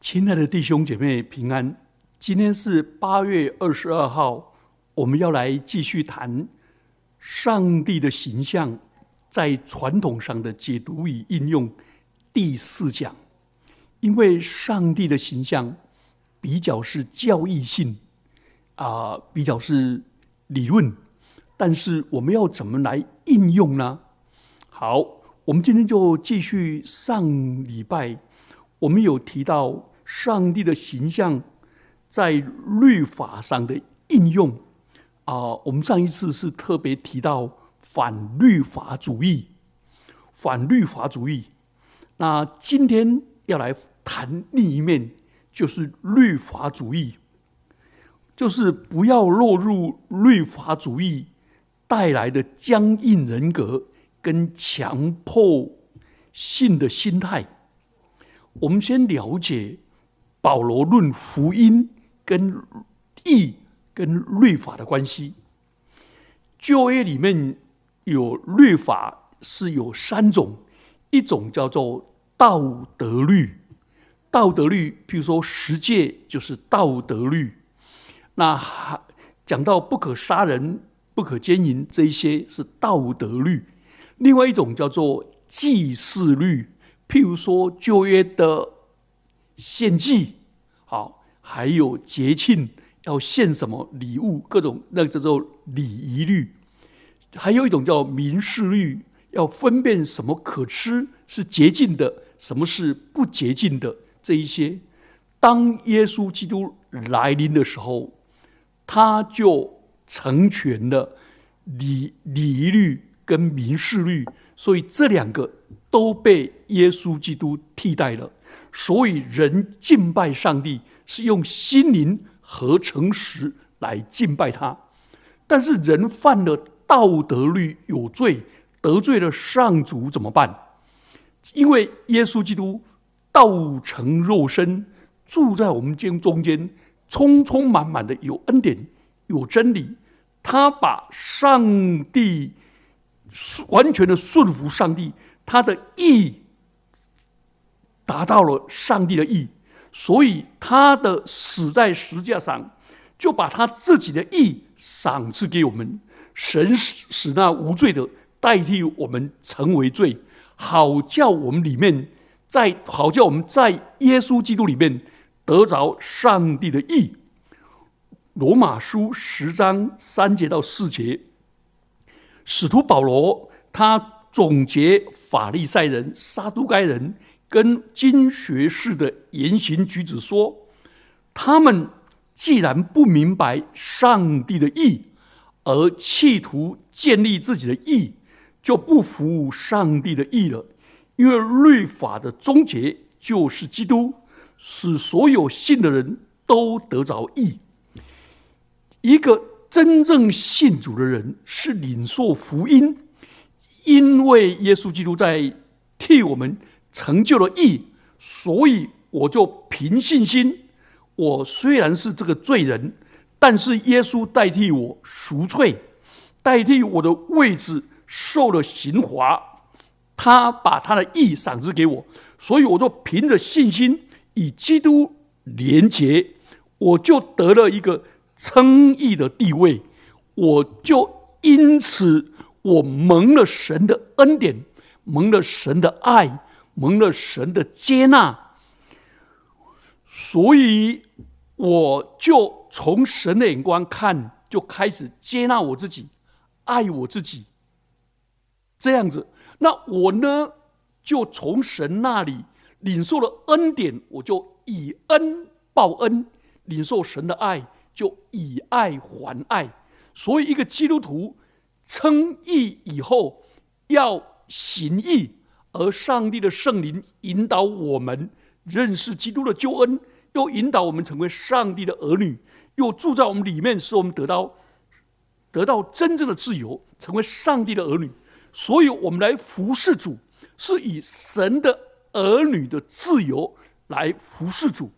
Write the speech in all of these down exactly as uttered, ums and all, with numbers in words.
亲爱的弟兄姐妹平安，今天是八月二十二号，我们要来继续谈上帝的形象在传统上的解读与应用第四讲。因为上帝的形象比较是教义性啊、呃，比较是理论，但是我们要怎么来应用呢？好，我们今天就继续上礼拜我们有提到上帝的形象在律法上的应用啊、呃，我们上一次是特别提到反律法主义，反律法主义。那今天要来谈另一面，就是律法主义，就是不要落入律法主义带来的僵硬人格跟强迫性的心态。我们先了解保罗论福音跟义跟律法的关系。旧约里面有律法是有三种，一种叫做道德律，道德律譬如说十诫就是道德律，那讲到不可杀人不可奸淫，这一些是道德律。另外一种叫做祭祀律，譬如说旧约的献祭，好，还有节庆要献什么礼物，各种那叫做礼仪律。还有一种叫民事律，要分辨什么可吃是洁净的，什么是不洁净的，这一些。当耶稣基督来临的时候，他就成全了礼礼仪律跟民事律，所以这两个都被耶稣基督替代了。所以人敬拜上帝是用心灵和诚实来敬拜他，但是人犯了道德律有罪，得罪了上主怎么办？因为耶稣基督道成肉身，住在我们中间，充充满满的有恩典有真理，他把上帝完全的顺服上帝，他的义达到了上帝的义，所以他的死在十字架上，就把他自己的义赏赐给我们。神使那无罪的代替我们成为罪，好叫我们里面在好叫我们在耶稣基督里面得着上帝的义。罗马书十章三节到四节，使徒保罗他总结法利赛人、撒都该人跟经学士的言行举止说，他们既然不明白上帝的义，而企图建立自己的义，就不服上帝的义了。因为律法的终结就是基督，使所有信的人都得着义。一个真正信主的人是领受福音，因为耶稣基督在替我们成就了义，所以我就凭信心，我虽然是这个罪人，但是耶稣代替我赎罪，代替我的位置受了刑罚，他把他的义赏赐给我，所以我就凭着信心与基督连结，我就得了一个称义的地位，我就因此我蒙了神的恩典，蒙了神的爱，蒙了神的接纳，所以我就从神的眼光看，就开始接纳我自己，爱我自己，这样子。那我呢，就从神那里领受了恩典，我就以恩报恩，领受神的爱，就以爱还爱。所以一个基督徒称义以后要行义，而上帝的圣灵引导我们认识基督的救恩，又引导我们成为上帝的儿女，又住在我们里面，使我们得到得到真正的自由，成为上帝的儿女。所以我们来服侍主，是以神的儿女的自由来服侍主。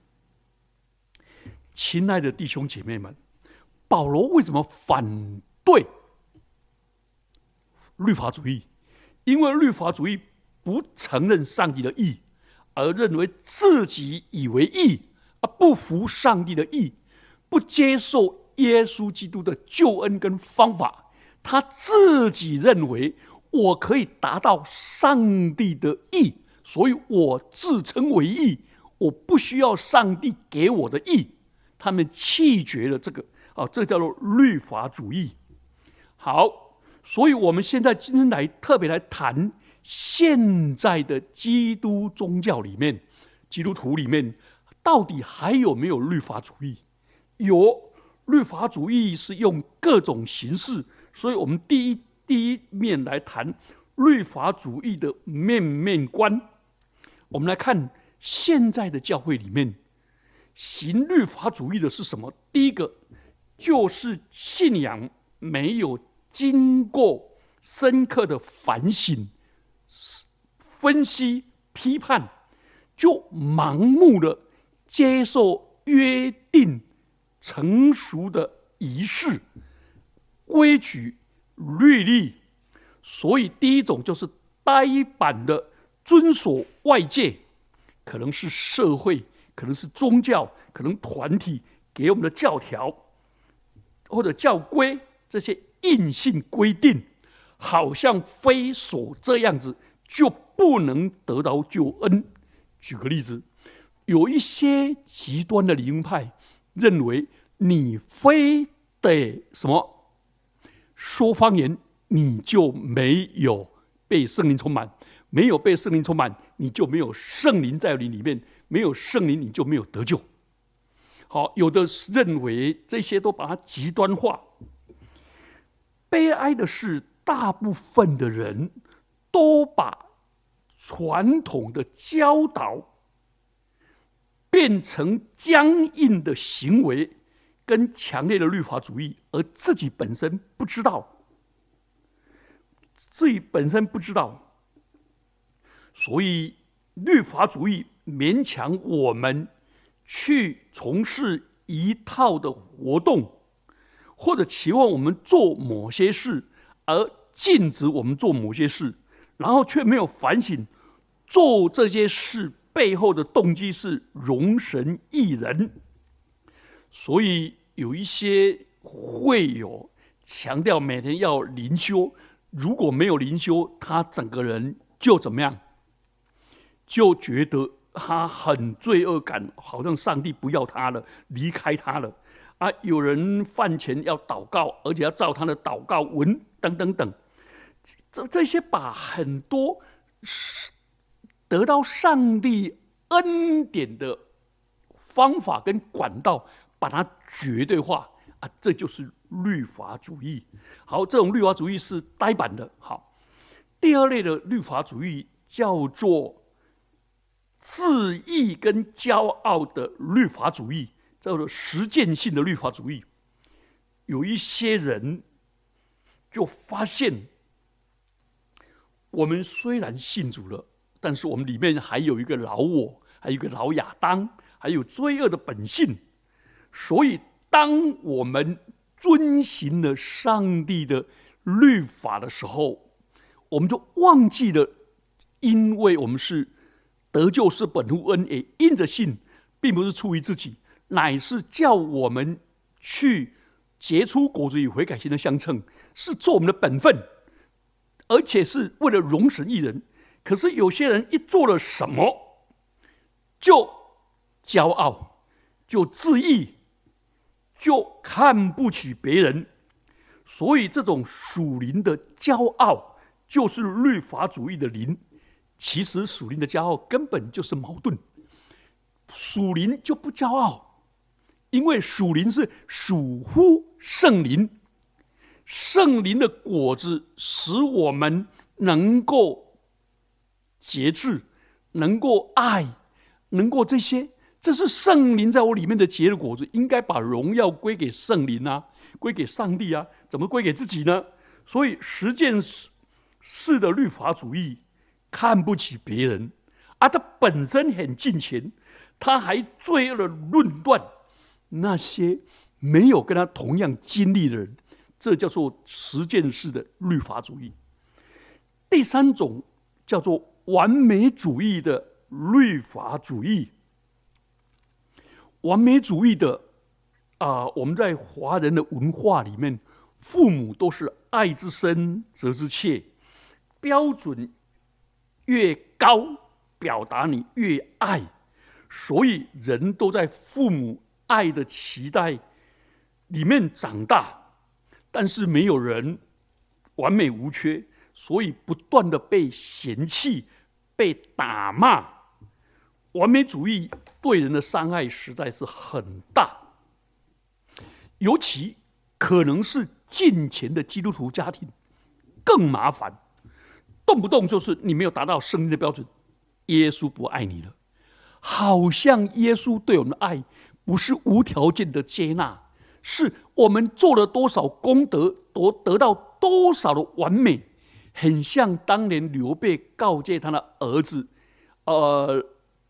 亲爱的弟兄姐妹们，保罗为什么反对律法主义？因为律法主义不承认上帝的义， 而认为自己以为义，而不服上帝的义，不接受耶稣基督的救恩跟方法，他自己认为我可以达到上帝的义，所以我自称为义，我不需要上帝给我的义。他们弃绝了这个，啊，这叫做律法主义。好，所以我们现在今天来特别来谈现在的基督宗教里面，基督徒里面到底还有没有律法主义？有，律法主义是用各种形式，所以我们第一第一面来谈律法主义的面面观。我们来看现在的教会里面行律法主义的是什么？第一个就是信仰没有经过深刻的反省、分析、批判，就盲目的接受约定成熟的仪式、规矩、律例。所以第一种就是呆板的遵守外界，可能是社会，可能是宗教，可能团体给我们的教条或者教规，这些硬性规定，好像非所这样子就不能得到救恩。举个例子，有一些极端的灵派认为，你非得什么说方言，你就没有被圣灵充满，没有被圣灵充满，你就没有圣灵在你里面，没有圣灵你就没有得救。好，有的认为这些都把它极端化。悲哀的是，大部分的人都把传统的教导变成僵硬的行为跟强烈的律法主义，而自己本身不知道，自己本身不知道，所以律法主义勉强我们去从事一套的活动，或者期望我们做某些事，而禁止我们做某些事，然后却没有反省做这些事背后的动机是容神益人。所以有一些会友强调每天要灵修，如果没有灵修，他整个人就怎么样，就觉得他很罪恶感，好像上帝不要他了，离开他了啊！有人饭前要祷告，而且要照他的祷告文等等等，这这些把很多得到上帝恩典的方法跟管道，把它绝对化啊！这就是律法主义。好，这种律法主义是呆板的。好，第二类的律法主义叫做自义跟骄傲的律法主义，叫做实践性的律法主义。有一些人就发现，我们虽然信主了，但是我们里面还有一个老我，还有一个老亚当，还有罪恶的本性。所以当我们遵行了上帝的律法的时候，我们就忘记了，因为我们是得救是本乎恩，也因着信，并不是出于自己，乃是叫我们去结出果子与悔改心的相称，是做我们的本分，而且是为了容神益人。可是有些人一做了什么，就骄傲，就自义，就看不起别人。所以这种属灵的骄傲就是律法主义的灵。其实属灵的骄傲根本就是矛盾，属灵就不骄傲，因为属灵是属乎圣灵，圣灵的果子使我们能够节制，能够爱，能够这些，这是圣灵在我里面的结的果子，应该把荣耀归给圣灵啊，归给上帝啊，怎么归给自己呢？所以实践式的律法主义看不起别人啊，他本身很敬虔，他还罪恶的论断那些没有跟他同样经历的人，这叫做实践式的律法主义。第三种叫做完美主义的律法主义。完美主义的啊、呃，我们在华人的文化里面，父母都是爱之深责之切，标准越高，表达你越爱，所以人都在父母爱的期待里面长大，但是没有人完美无缺，所以不断的被嫌弃、被打骂。完美主义对人的伤害实在是很大，尤其可能是近前的基督徒家庭更麻烦，动不动就是你没有达到圣经的标准，耶稣不爱你了，好像耶稣对我们的爱不是无条件的接纳，是我们做了多少功德，得得到多少的完美，很像当年刘备告诫他的儿子，呃，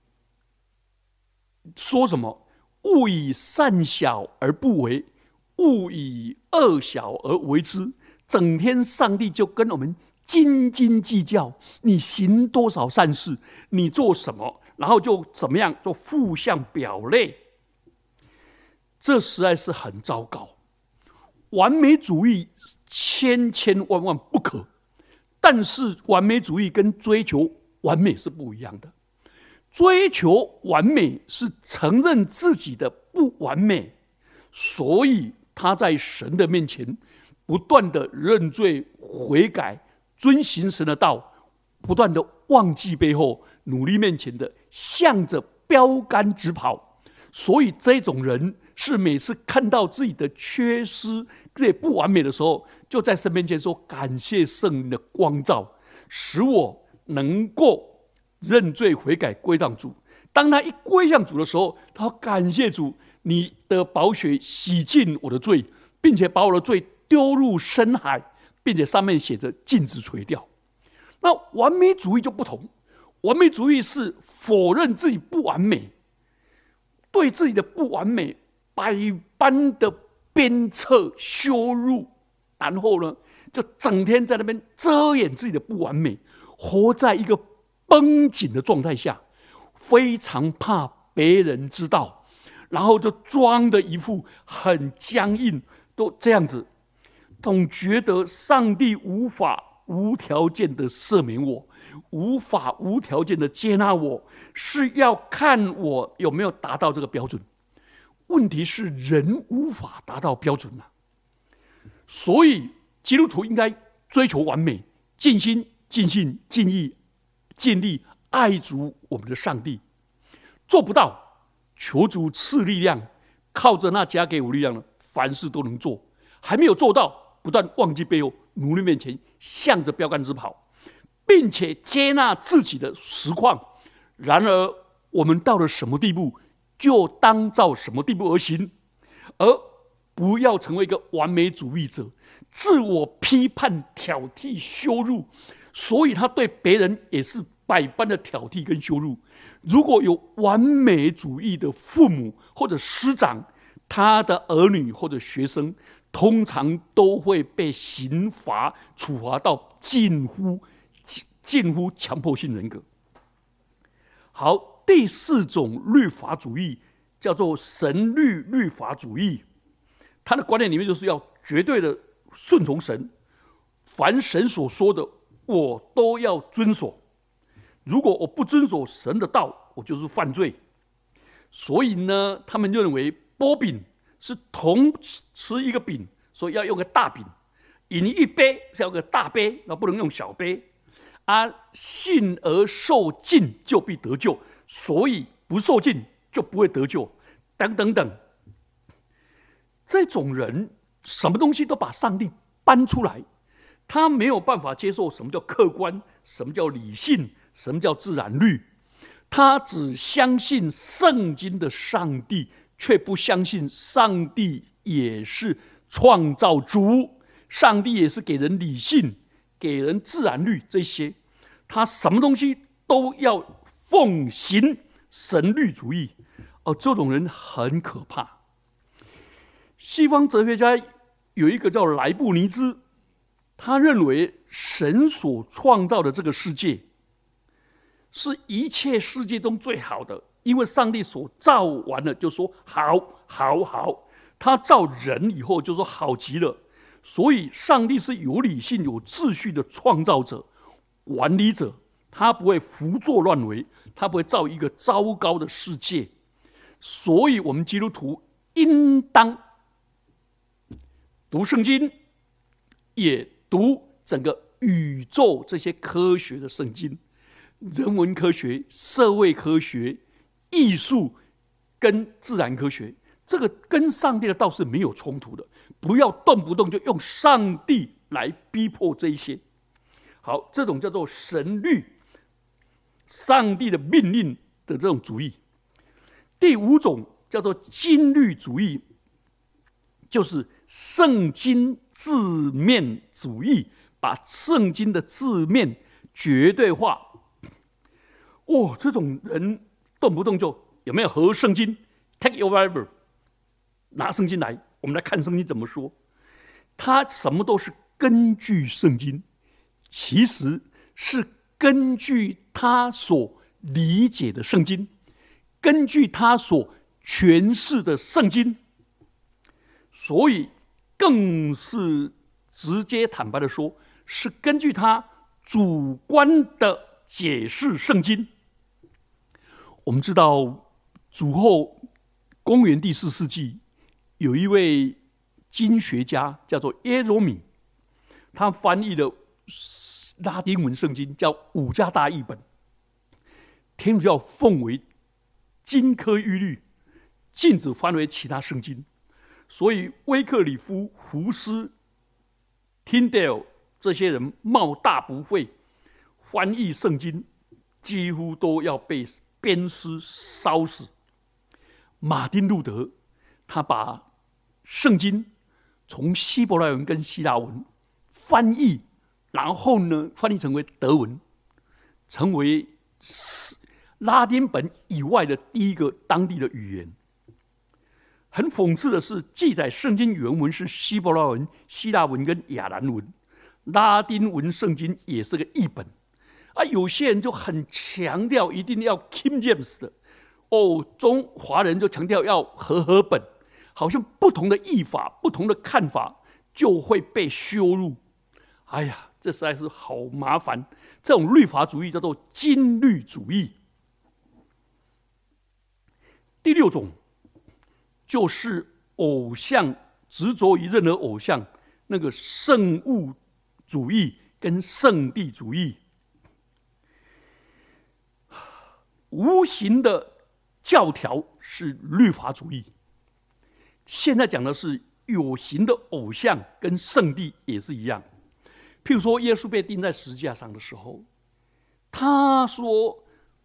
说什么？勿以善小而不为，勿以恶小而为之。整天上帝就跟我们斤斤计较，你行多少善事，你做什么，然后就怎么样，就负向表列。这实在是很糟糕。完美主义千千万万不可，但是完美主义跟追求完美是不一样的。追求完美是承认自己的不完美，所以他在神的面前不断的认罪悔改，遵行神的道，不断的忘记背后，努力面前的，向着标杆直跑。所以这种人是每次看到自己的缺失、自己不完美的时候，就在神面前说：感谢圣灵的光照，使我能够认罪悔改归向主。当他一归向主的时候，他说：感谢主，你的宝血洗净我的罪，并且把我的罪丢入深海，并且上面写着禁止垂钓。那完美主义就不同，完美主义是否认自己不完美，对自己的不完美百般的鞭策羞辱，然后呢，就整天在那边遮掩自己的不完美，活在一个绷紧的状态下，非常怕别人知道，然后就装的一副很僵硬，都这样子，总觉得上帝无法无条件的赦免我，无法无条件的接纳我，是要看我有没有达到这个标准。问题是人无法达到标准啊，所以基督徒应该追求完美，尽心尽性尽意尽力爱主我们的上帝。做不到，求主赐力量，靠着那加给我力量的，凡事都能做。还没有做到，不断忘记背后，努力面前，向着标杆直跑，并且接纳自己的实况。然而我们到了什么地步，就当照什么地步而行，而不要成为一个完美主义者，自我批判、挑剔、羞辱。所以他对别人也是百般的挑剔跟羞辱。如果有完美主义的父母或者师长，他的儿女或者学生通常都会被刑罚处罚到近乎近乎强迫性人格。好，第四种律法主义叫做神律律法主义，他的观念里面就是要绝对的顺从神，凡神所说的我都要遵守，如果我不遵守神的道，我就是犯罪。所以呢，他们认为剥饼是同吃一个饼，所以要用个大饼；饮一杯是要用个大杯，那不能用小杯。啊，信而受尽就必得救，所以不受尽就不会得救，等等等。这种人什么东西都把上帝搬出来，他没有办法接受什么叫客观，什么叫理性，什么叫自然律。他只相信圣经的上帝，却不相信上帝也是创造主，上帝也是给人理性，给人自然律，这些他什么东西都要奉行神律主义。哦，这种人很可怕。西方哲学家有一个叫莱布尼兹，他认为神所创造的这个世界是一切世界中最好的，因为上帝所造完了就说好，好，好。他造人以后就说好极了。所以，上帝是有理性、有秩序的创造者、管理者，他不会胡作乱为，他不会造一个糟糕的世界。所以，我们基督徒应当读圣经，也读整个宇宙这些科学的圣经，人文科学、社会科学、艺术跟自然科学，这个跟上帝的道是没有冲突的。不要动不动就用上帝来逼迫这一些。好，这种叫做神律，上帝的命令的这种主义。第五种叫做经律主义，就是圣经字面主义，把圣经的字面绝对化。哦，这种人动不动就有没有合圣经 ？Take your Bible， 拿圣经来。我们来看圣经怎么说，他什么都是根据圣经，其实是根据他所理解的圣经，根据他所诠释的圣经，所以更是直接坦白的说，是根据他主观的解释圣经。我们知道主后公元第四世纪，有一位经学家叫做耶罗米，他翻译了拉丁文圣经，叫五家大译本。天主教奉为金科玉律，禁止翻为其他圣经。所以威克里夫、胡斯、Tyndale 这些人冒大不讳翻译圣经，几乎都要被鞭尸烧死。马丁路德他把圣经从希伯来文跟希腊文翻译，然后呢翻译成为德文，成为拉丁本以外的第一个当地的语言。很讽刺的是，记载圣经原文是希伯来文、希腊文跟亚兰文，拉丁文圣经也是个译本。啊，有些人就很强调一定要 King James 的，哦，中华人就强调要和合本。好像不同的译法、不同的看法就会被羞辱。哎呀，这实在是好麻烦。这种律法主义叫做经律主义。第六种就是偶像，执着于任何偶像，那个圣物主义跟圣地主义。无形的教条是律法主义。现在讲的是有形的偶像跟圣地也是一样。譬如说，耶稣被钉在十字架上的时候，他说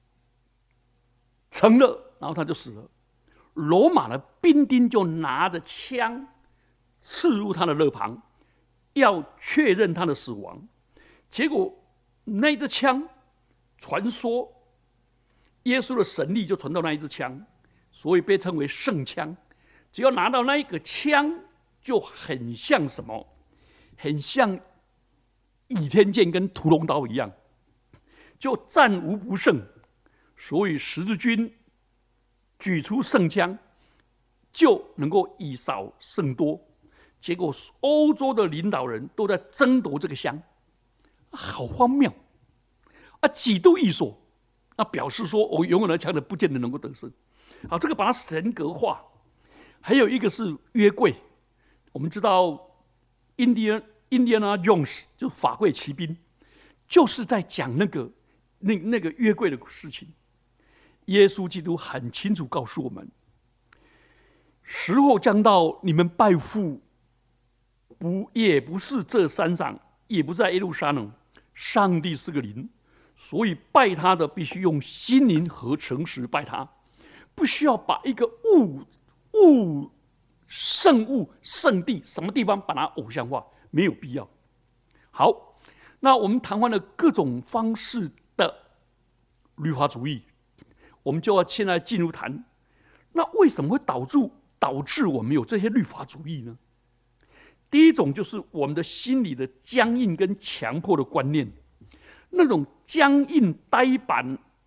成了，然后他就死了。罗马的兵丁就拿着枪刺入他的肋旁，要确认他的死亡。结果那支枪，传说耶稣的神力就传到那一支枪，所以被称为圣枪。只要拿到那一个枪，就很像什么？很像倚天剑跟屠龙刀一样，就战无不胜。所以十字军举出圣枪，就能够以少胜多。结果欧洲的领导人都在争夺这个枪，好荒谬啊！几度易所，那表示说我拥有了枪的，不见得能够得胜。好，这个把它神格化。还有一个是约柜，我们知道 Indiana Indiana Jones 就是法柜骑兵，就是在讲那个那那个约柜的事情。耶稣基督很清楚告诉我们，时候将到，你们拜父不也不是这山上，也不在耶路撒冷，上帝是个灵，所以拜他的必须用心灵和诚实拜他，不需要把一个物物圣物圣地什么地方把它偶像化，没有必要。好，那我们谈完了各种方式的律法主义，我们就要现在进入谈，那为什么会导致导致我们有这些律法主义呢？第一种就是我们的心理的僵硬跟强迫的观念，那种僵硬呆板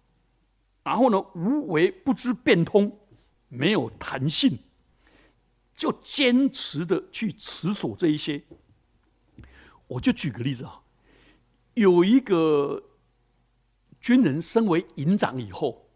然后呢，无为不知变通，没有弹性，就坚持的去持守这一些。我就举个例子啊，有一个军人升为营长以后，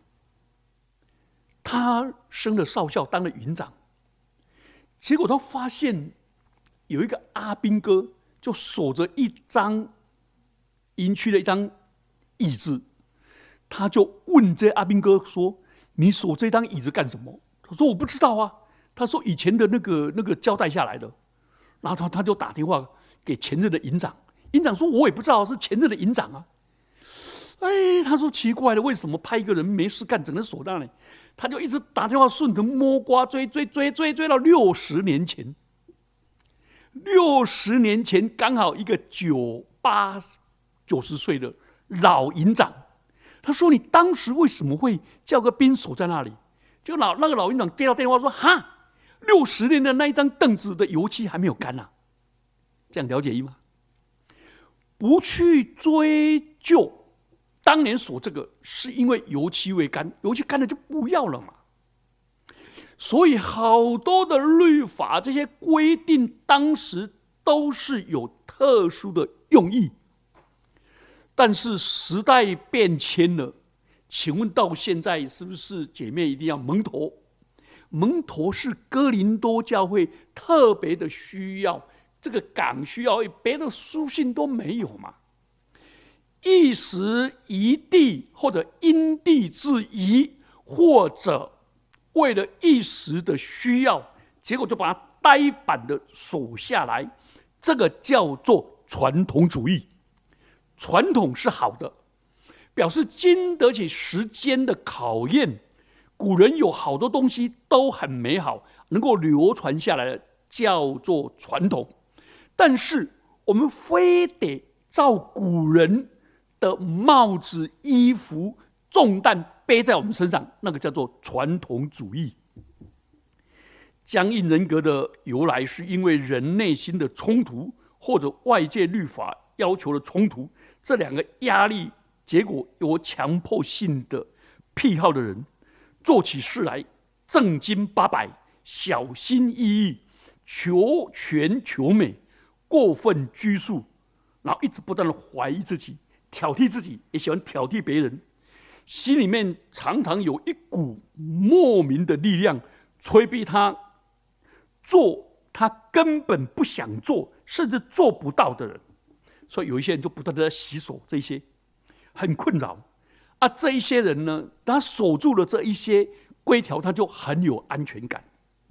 他升了少校，当了营长，结果他发现有一个阿兵哥就守着一张营区的一张椅子，他就问这阿兵哥说：“你守这张椅子干什么？”他说：“我不知道啊。”他说：“以前的那个那个交代下来的。”然后他他就打电话给前任的营长，营长说：“我也不知道，是前任的营长啊。”哎，他说奇怪了，为什么派一个人没事干，整天守那里？他就一直打电话顺藤摸瓜追追追追追到六十年前。六十年前刚好一个九八九十岁的老营长，他说：“你当时为什么会叫个兵守在那里？”就老那个老营长接到电话说：“哈，六十年的那一张凳子的油漆还没有干啊。”这样了解意吗？不去追究当年锁这个是因为油漆未干，油漆干了就不要了嘛。所以好多的律法这些规定当时都是有特殊的用意，但是时代变迁了，请问到现在是不是姐妹一定要蒙头？蒙头是哥林多教会特别的需要，这个港需要，别的书信都没有嘛。一时一地，或者因地制宜，或者为了一时的需要，结果就把它呆板的守下来，这个叫做传统主义。传统是好的，表示经得起时间的考验。古人有好多东西都很美好，能够流传下来的叫做传统。但是我们非得照古人的帽子、衣服、重担背在我们身上，那个叫做传统主义。僵硬人格的由来是因为人内心的冲突，或者外界律法要求的冲突，这两个压力，结果有强迫性的癖好的人做起事来正经八百、小心翼翼、求全求美、过分拘束，然后一直不断的怀疑自己、挑剔自己，也喜欢挑剔别人，心里面常常有一股莫名的力量催逼他做他根本不想做甚至做不到的人。所以有一些人就不断的在洗手，这些很困扰啊。这一些人呢，他守住了这一些规条，他就很有安全感。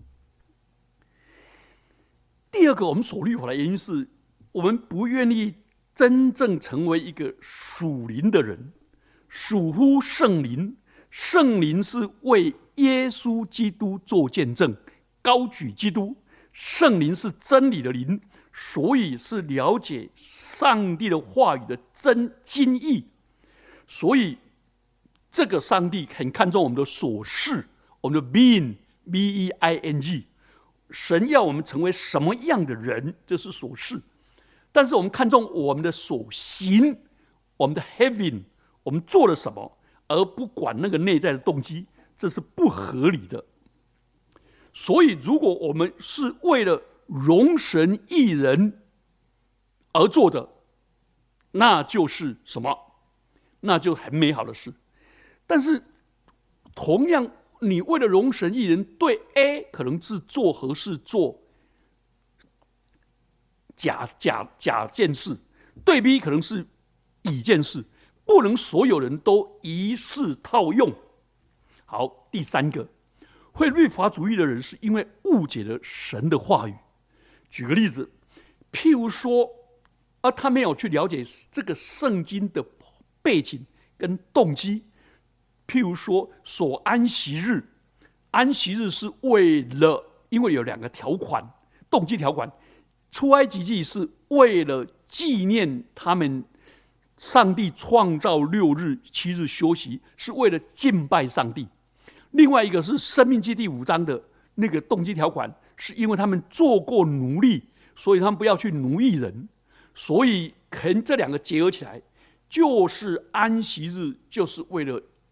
第二个，我们守律法的原因是我们不愿意真正成为一个属灵的人。属乎圣灵，圣灵是为耶稣基督做见证，高举基督。圣灵是真理的灵，所以是了解上帝的话语的真经义。所以这个上帝很看重我们的所事，我们的 being B E I N G。 神要我们成为什么样的人，这是所事。但是我们看重我们的所行，我们的 having， 我们做了什么，而不管那个内在的动机，这是不合理的。所以如果我们是为了荣神益人而做的，那就是什么？那就很美好的事。但是同样，你为了荣神益人，对 A 可能是做合适，做假假假件事，对 B 可能是乙件事，不能所有人都一式套用。好，第三个，会律法主义的人是因为误解了神的话语。举个例子，譬如说，啊，他没有去了解这个圣经的背景跟动机。譬如说，守安息日，安息日是为了，因为有两个条款，动机条款。出埃及记是为了纪念他们上帝创造六日七日休息，是为了敬拜上帝。另外一个是申命记第五章的那个动机条款，是因为他们做过奴隶，所以他们不要去奴役人。所以可能这两个结合起来，就是安息日就是为了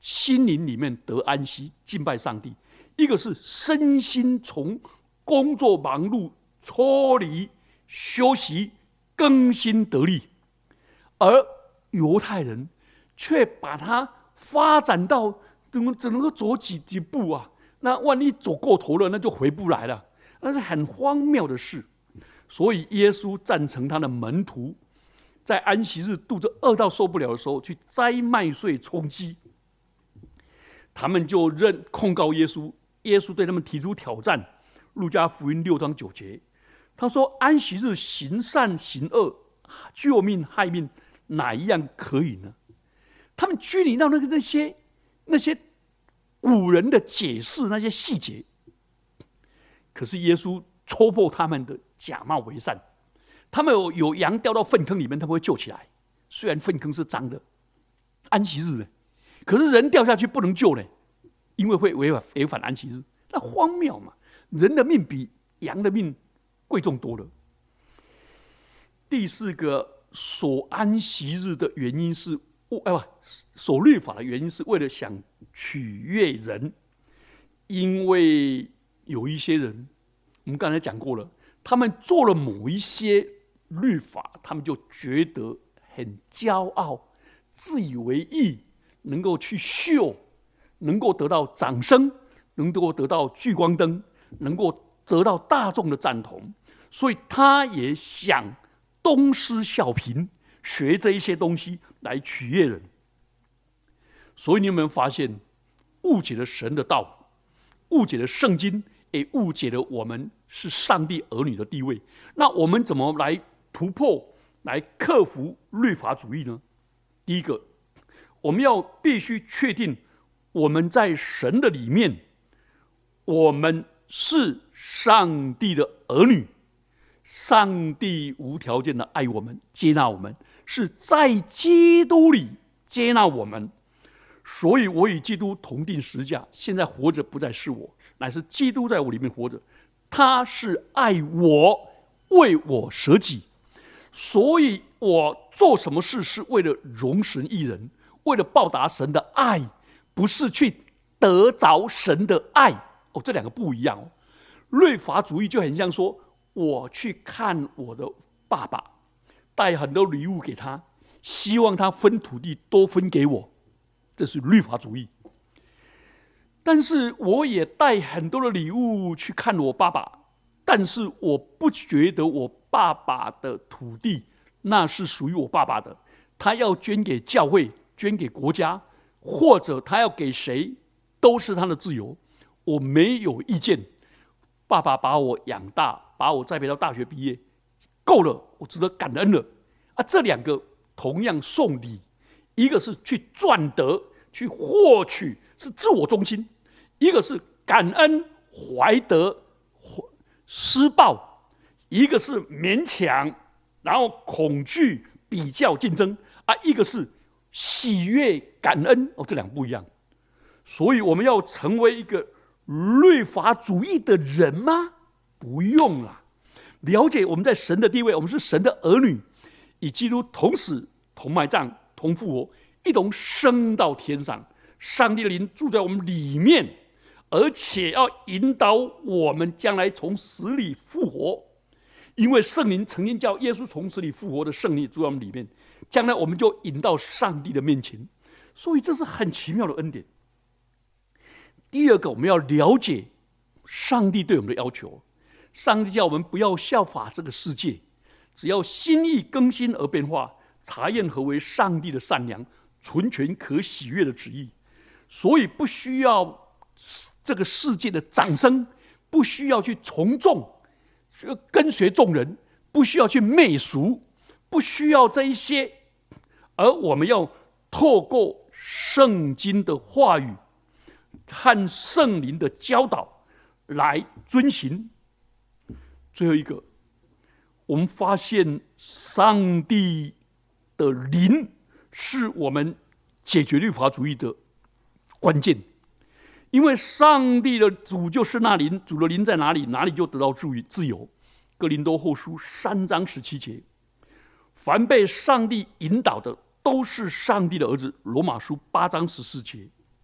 心灵里面得安息，敬拜上帝；一个是身心从工作忙碌脱离，休息更新得力。而犹太人却把它发展到怎么只能够走几几步啊？那万一走过头了，那就回不来了，那是很荒谬的事。所以耶稣赞成他的门徒在安息日肚子饿到受不了的时候去摘麦穗充饥。他们就认控告耶稣，耶稣对他们提出挑战。路加福音六章九节，他说：“安息日行善行恶，救命害命，哪一样可以呢？”他们拘泥到那个那些那些古人的解释，那些细节。可是耶稣戳破他们的假冒为善。他们有有羊掉到粪坑里面，他们会救起来，虽然粪坑是脏的，安息日呢，可是人掉下去不能救呢，因为会违反违反安息日，那荒谬嘛！人的命比羊的命贵重多了。第四个守安息日的原因是，哎不，守律法的原因是为了想取悦人，因为有一些人，我们刚才讲过了，他们做了某一些律法，他们就觉得很骄傲，自以为意，能够去秀，能够得到掌声，能够得到聚光灯，能够得到大众的赞同，所以他也想东施效颦，学这一些东西来取悦人。所以你有没有发现，误解了神的道，误解了圣经，也误解了我们是上帝儿女的地位？那我们怎么来突破，来克服律法主义呢？第一个，我们要必须确定我们在神的里面，我们是上帝的儿女，上帝无条件的爱我们，接纳我们，是在基督里接纳我们。所以我与基督同定十字架，现在活着不再是我，乃是基督在我里面活着。他是爱我，为我舍己。所以我做什么事是为了荣神益人，为了报答神的爱，不是去得着神的爱。哦，这两个不一样哦。律法主义就很像说，我去看我的爸爸，带很多礼物给他，希望他分土地多分给我，这是律法主义。但是我也带很多的礼物去看我爸爸，但是我不觉得我爸爸的土地那是属于我爸爸的，他要捐给教会，捐给国家，或者他要给谁，都是他的自由，我没有意见。爸爸把我养大，把我栽培到大学毕业，够了，我值得感恩了啊！这两个同样送礼，一个是去赚得、去获取，是自我中心；一个是感恩、怀得、施报；一个是勉强，然后恐惧、比较、竞争啊；一个是喜悦、感恩。哦，这两个不一样。所以我们要成为一个律法主义的人吗？不用啦。了解我们在神的地位，我们是神的儿女，与基督同死、同埋葬、同复活，一同升到天上。上帝的灵住在我们里面，而且要引导我们将来从死里复活。因为圣灵曾经叫耶稣从死里复活的圣灵住在我们里面，将来我们就引到上帝的面前。所以这是很奇妙的恩典。第二个，我们要了解上帝对我们的要求。上帝叫我们不要效法这个世界，只要心意更新而变化，查验何为上帝的善良、纯全、可喜悦的旨意。所以不需要这个世界的掌声，不需要去从众、跟随众人，不需要去媚俗，不需要这一些，而我们要透过圣经的话语和圣灵的教导来遵行。最后一个，我们发现上帝的灵是我们解决律法主义的关键，因为上帝的主就是那灵，主的灵在哪里，哪里就得到自由。哥林多后书三章十七节，凡被上帝引导的都是上帝的儿子。罗马书八章十四节，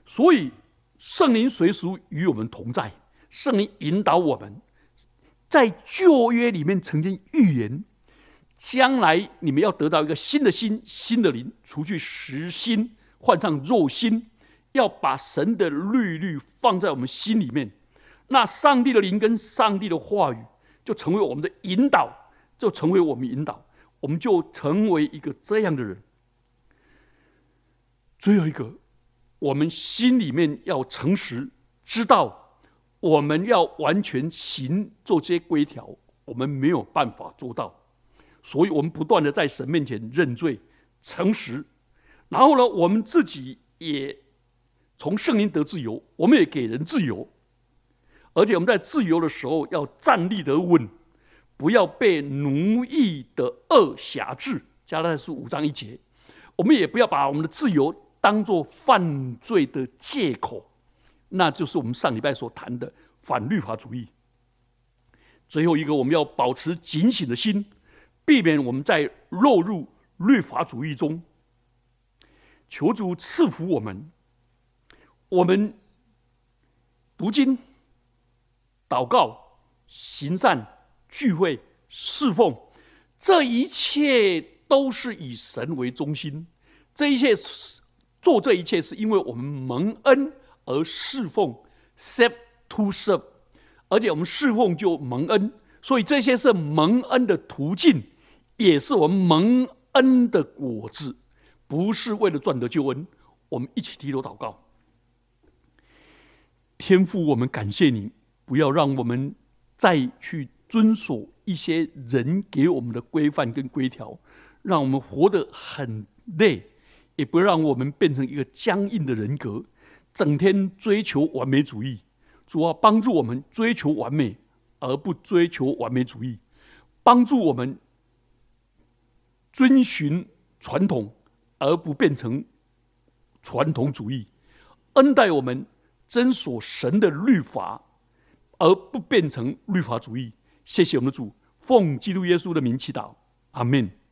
所以圣灵随时与我们同在，圣灵引导我们。在旧约里面曾经预言，将来你们要得到一个新的心、新的灵，除去实心，换上肉心，要把神的律律放在我们心里面。那上帝的灵跟上帝的话语就成为我们的引导，就成为我们引导，我们就成为一个这样的人。最后一个，我们心里面要诚实，知道我们要完全行做这些规条，我们没有办法做到，所以我们不断的在神面前认罪、诚实。然后呢，我们自己也从圣灵得自由，我们也给人自由，而且我们在自由的时候要站立得稳，不要被奴役的恶辖制。加拉太书五章一节，我们也不要把我们的自由当作犯罪的借口。那就是我们上礼拜所谈的反律法主义。最后一个，我们要保持警醒的心，避免我们在落入律法主义中。求主赐福我们，我们读经、祷告、行善、聚会、侍奉，这一切都是以神为中心。这一切做这一切，是因为我们蒙恩而侍奉 ，serve to serve， 而且我们侍奉就蒙恩，所以这些是蒙恩的途径，也是我们蒙恩的果子，不是为了赚得救恩。我们一起低头祷告。天父，我们感谢你，不要让我们再去遵守一些人给我们的规范跟规条，让我们活得很累，也不让我们变成一个僵硬的人格，整天追求完美主义。主啊，帮助我们追求完美，而不追求完美主义；帮助我们遵循传统，而不变成传统主义；恩待我们遵守神的律法，而不变成律法主义。谢谢我们的主，奉基督耶稣的名祈祷，阿们。